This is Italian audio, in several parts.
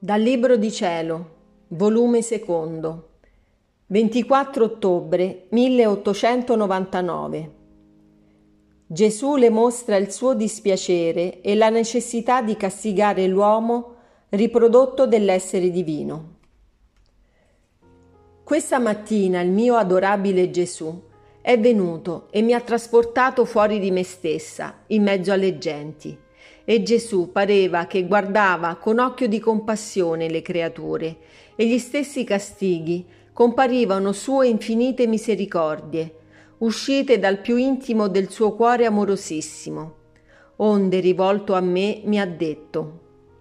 Dal Libro di Cielo, volume secondo, 24 ottobre 1899. Gesù le mostra il suo dispiacere e la necessità di castigare l'uomo riprodotto dell'essere divino. Questa mattina il mio adorabile Gesù è venuto e mi ha trasportato fuori di me stessa, in mezzo alle genti. E Gesù pareva che guardava con occhio di compassione le creature, e gli stessi castighi comparivano sue infinite misericordie, uscite dal più intimo del suo cuore amorosissimo. Onde, rivolto a me, mi ha detto: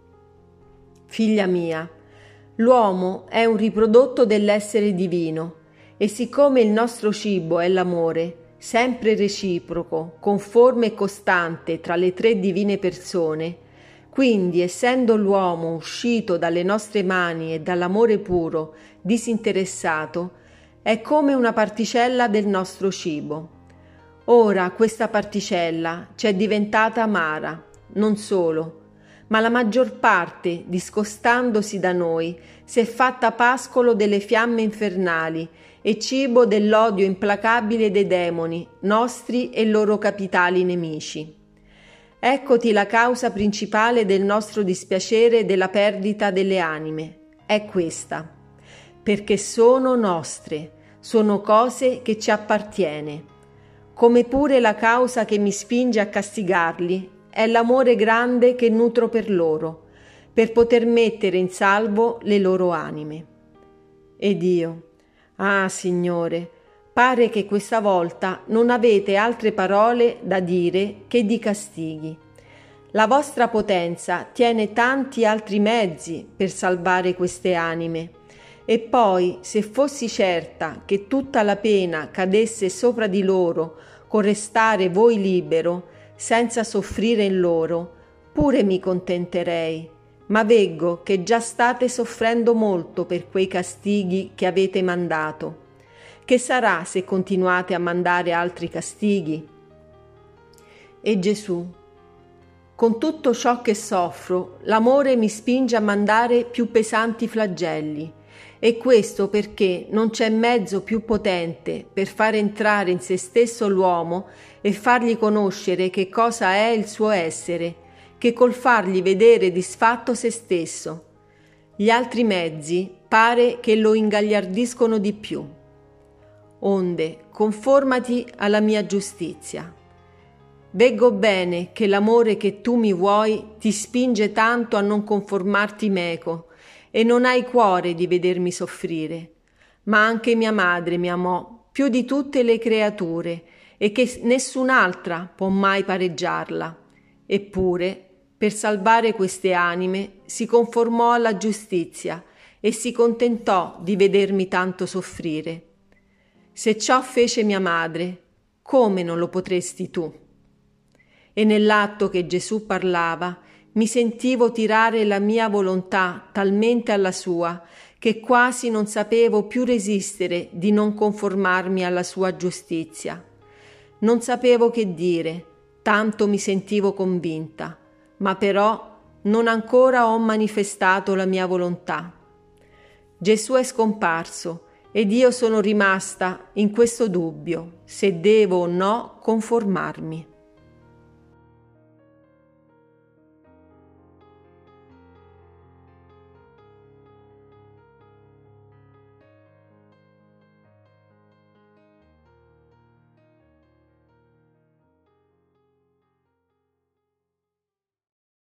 «Figlia mia, l'uomo è un riprodotto dell'essere divino, e siccome il nostro cibo è l'amore, sempre reciproco, conforme e costante tra le tre divine persone, quindi, essendo l'uomo uscito dalle nostre mani e dall'amore puro, disinteressato, è come una particella del nostro cibo. Ora questa particella ci è diventata amara, non solo, ma la maggior parte, discostandosi da noi, si è fatta pascolo delle fiamme infernali e cibo dell'odio implacabile dei demoni, nostri e loro capitali nemici. Eccoti la causa principale del nostro dispiacere e della perdita delle anime. È questa: perché sono nostre, sono cose che ci appartiene. Come pure la causa che mi spinge a castigarli è l'amore grande che nutro per loro, per poter mettere in salvo le loro anime. Ed io, ah, Signore, pare che questa volta non avete altre parole da dire che di castighi. La vostra potenza tiene tanti altri mezzi per salvare queste anime. E poi, se fossi certa che tutta la pena cadesse sopra di loro, con restare voi libero, senza soffrire in loro, pure mi contenterei. Ma veggo che già state soffrendo molto per quei castighi che avete mandato. Che sarà se continuate a mandare altri castighi? E Gesù: con tutto ciò che soffro, l'amore mi spinge a mandare più pesanti flagelli, e questo perché non c'è mezzo più potente per far entrare in se stesso l'uomo e fargli conoscere che cosa è il suo essere, che col fargli vedere disfatto se stesso. Gli altri mezzi pare che lo ingagliardiscono di più. Onde, conformati alla mia giustizia. Veggo bene che l'amore che tu mi vuoi ti spinge tanto a non conformarti meco, e non hai cuore di vedermi soffrire. Ma anche mia madre mi amò più di tutte le creature, e che nessun'altra può mai pareggiarla. Eppure, per salvare queste anime, si conformò alla giustizia e si contentò di vedermi tanto soffrire. Se ciò fece mia madre, come non lo potresti tu? E nell'atto che Gesù parlava, mi sentivo tirare la mia volontà talmente alla sua, che quasi non sapevo più resistere di non conformarmi alla sua giustizia. Non sapevo che dire, tanto mi sentivo convinta, ma però non ancora ho manifestato la mia volontà. Gesù è scomparso ed io sono rimasta in questo dubbio se devo o no conformarmi.